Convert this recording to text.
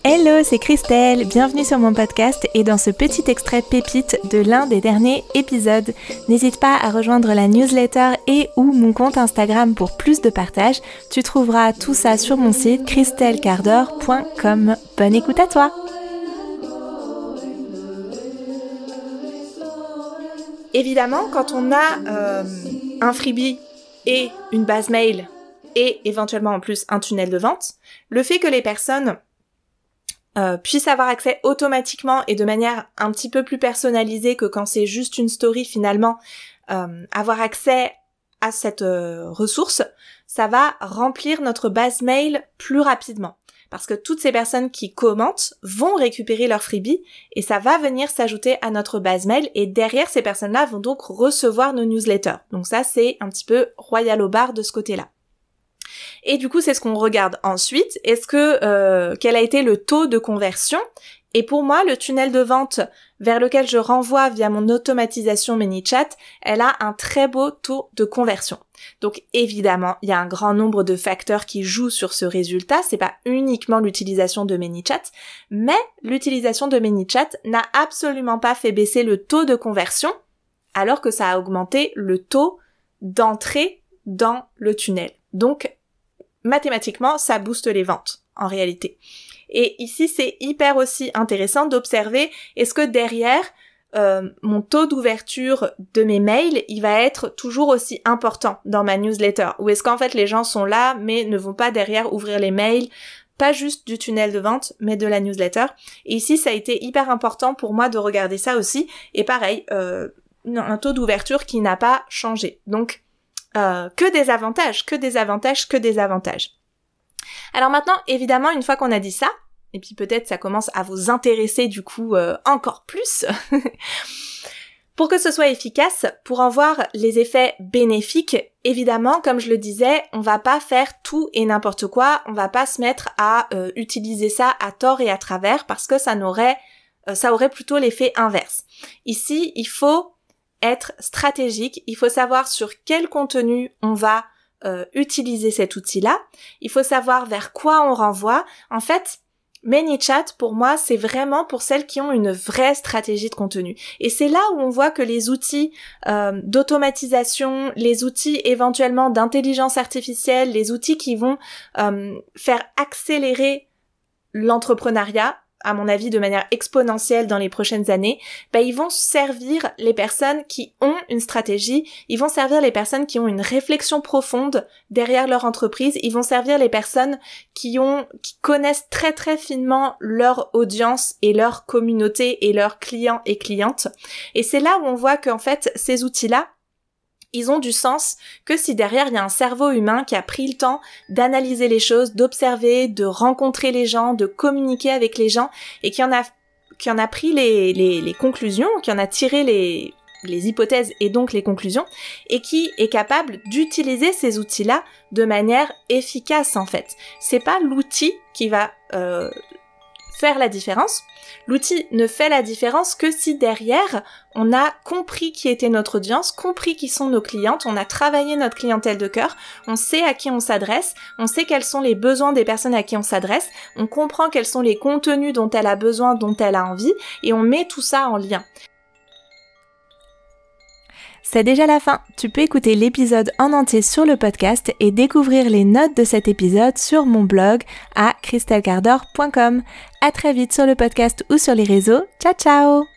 Hello, c'est Christelle, bienvenue sur mon podcast et dans ce petit extrait pépite de l'un des derniers épisodes. N'hésite pas à rejoindre la newsletter et ou mon compte Instagram pour plus de partage. Tu trouveras tout ça sur mon site christellecardor.com. Bonne écoute à toi! Évidemment, quand on a un freebie et une base mail et éventuellement en plus un tunnel de vente, le fait que les personnes puissent avoir accès automatiquement et de manière un petit peu plus personnalisée que quand c'est juste une story finalement, avoir accès à cette ressource, ça va remplir notre base mail plus rapidement. Parce que toutes ces personnes qui commentent vont récupérer leur freebie et ça va venir s'ajouter à notre base mail et derrière ces personnes-là vont donc recevoir nos newsletters. Donc ça c'est un petit peu royal au bar de ce côté-là. Et du coup c'est ce qu'on regarde ensuite. Est-ce que quel a été le taux de conversion ? Et pour moi, le tunnel de vente vers lequel je renvoie via mon automatisation ManyChat, elle a un très beau taux de conversion. Donc évidemment, il y a un grand nombre de facteurs qui jouent sur ce résultat. C'est pas uniquement l'utilisation de ManyChat, mais l'utilisation de ManyChat n'a absolument pas fait baisser le taux de conversion, alors que ça a augmenté le taux d'entrée dans le tunnel. Donc mathématiquement, ça booste les ventes en réalité. Et ici, c'est hyper aussi intéressant d'observer est-ce que derrière, mon taux d'ouverture de mes mails, il va être toujours aussi important dans ma newsletter. Ou est-ce qu'en fait les gens sont là mais ne vont pas derrière ouvrir les mails, pas juste du tunnel de vente, mais de la newsletter. Et ici, ça a été hyper important pour moi de regarder ça aussi. Et pareil, un taux d'ouverture qui n'a pas changé. Donc, que des avantages. Alors maintenant, évidemment, une fois qu'on a dit ça, et puis peut-être ça commence à vous intéresser du coup encore plus, pour que ce soit efficace, pour en voir les effets bénéfiques, évidemment, comme je le disais, on va pas faire tout et n'importe quoi, on va pas se mettre à utiliser ça à tort et à travers, parce que ça aurait plutôt l'effet inverse. Ici, il faut être stratégique, il faut savoir sur quel contenu on va utiliser cet outil-là, il faut savoir vers quoi on renvoie. En fait, ManyChat, pour moi, c'est vraiment pour celles qui ont une vraie stratégie de contenu. Et c'est là où on voit que les outils d'automatisation, les outils éventuellement d'intelligence artificielle, les outils qui vont faire accélérer l'entrepreneuriat, à mon avis de manière exponentielle dans les prochaines années, ils vont servir les personnes qui ont une stratégie, ils vont servir les personnes qui ont une réflexion profonde derrière leur entreprise, ils vont servir les personnes qui connaissent très très finement leur audience et leur communauté et leurs clients et clientes. Et c'est là où on voit qu'en fait, ces outils-là, ils ont du sens que si derrière il y a un cerveau humain qui a pris le temps d'analyser les choses, d'observer, de rencontrer les gens, de communiquer avec les gens et qui en a pris les conclusions, qui en a tiré les hypothèses et donc les conclusions et qui est capable d'utiliser ces outils-là de manière efficace en fait. C'est pas l'outil qui va faire la différence. L'outil ne fait la différence que si derrière, on a compris qui était notre audience, compris qui sont nos clientes, on a travaillé notre clientèle de cœur, on sait à qui on s'adresse, on sait quels sont les besoins des personnes à qui on s'adresse, on comprend quels sont les contenus dont elle a besoin, dont elle a envie, et on met tout ça en lien. C'est déjà la fin. Tu peux écouter l'épisode en entier sur le podcast et découvrir les notes de cet épisode sur mon blog à christellecardor.com. À très vite sur le podcast ou sur les réseaux. Ciao ciao!